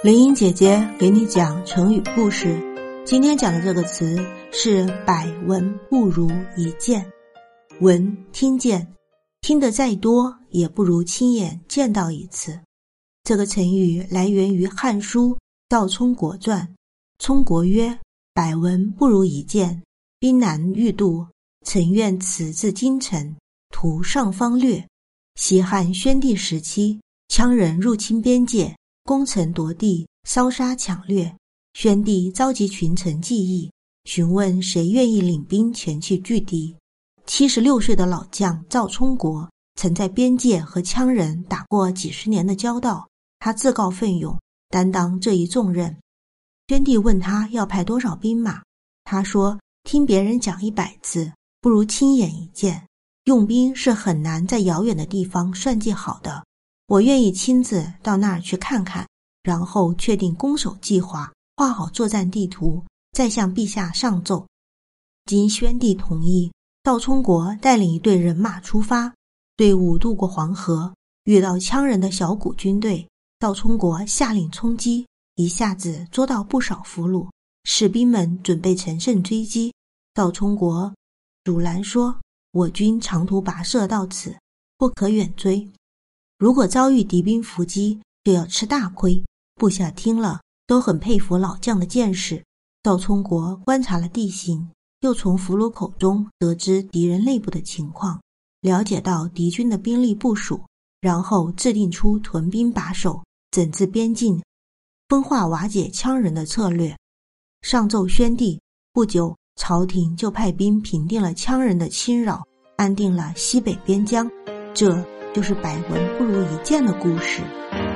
林英姐姐给你讲成语故事，今天讲的这个词是百闻不如一见。闻，听见，听得再多也不如亲眼见到一次。这个成语来源于《汉书·赵充国传》，充国曰：百闻不如一见，兵难欲渡，臣愿此至京城，图上方略。西汉宣帝时期，羌人入侵边界，攻城夺地，烧杀抢掠。宣帝召集群臣计议，询问谁愿意领兵前去拒敌。76岁的老将赵充国曾在边界和羌人打过几十年的交道，他自告奋勇担当这一重任。宣帝问他要派多少兵马，他说听别人讲100次不如亲眼一见，用兵是很难在遥远的地方算计好的，我愿意亲自到那儿去看看，然后确定攻守计划，画好作战地图，再向陛下上奏。经宣帝同意，赵充国带领一队人马出发，队伍渡过黄河，遇到羌人的小股军队，赵充国下令冲击，一下子捉到不少俘虏，士兵们准备乘胜追击。赵充国阻拦说，我军长途跋涉到此，不可远追，如果遭遇敌兵伏击，就要吃大亏。部下听了都很佩服老将的见识。赵充国观察了地形，又从俘虏口中得知敌人内部的情况，了解到敌军的兵力部署，然后制定出屯兵把守、整治边境、分化瓦解羌人的策略。上奏宣帝，不久朝廷就派兵平定了羌人的侵扰，安定了西北边疆。这就是百闻不如一见的故事。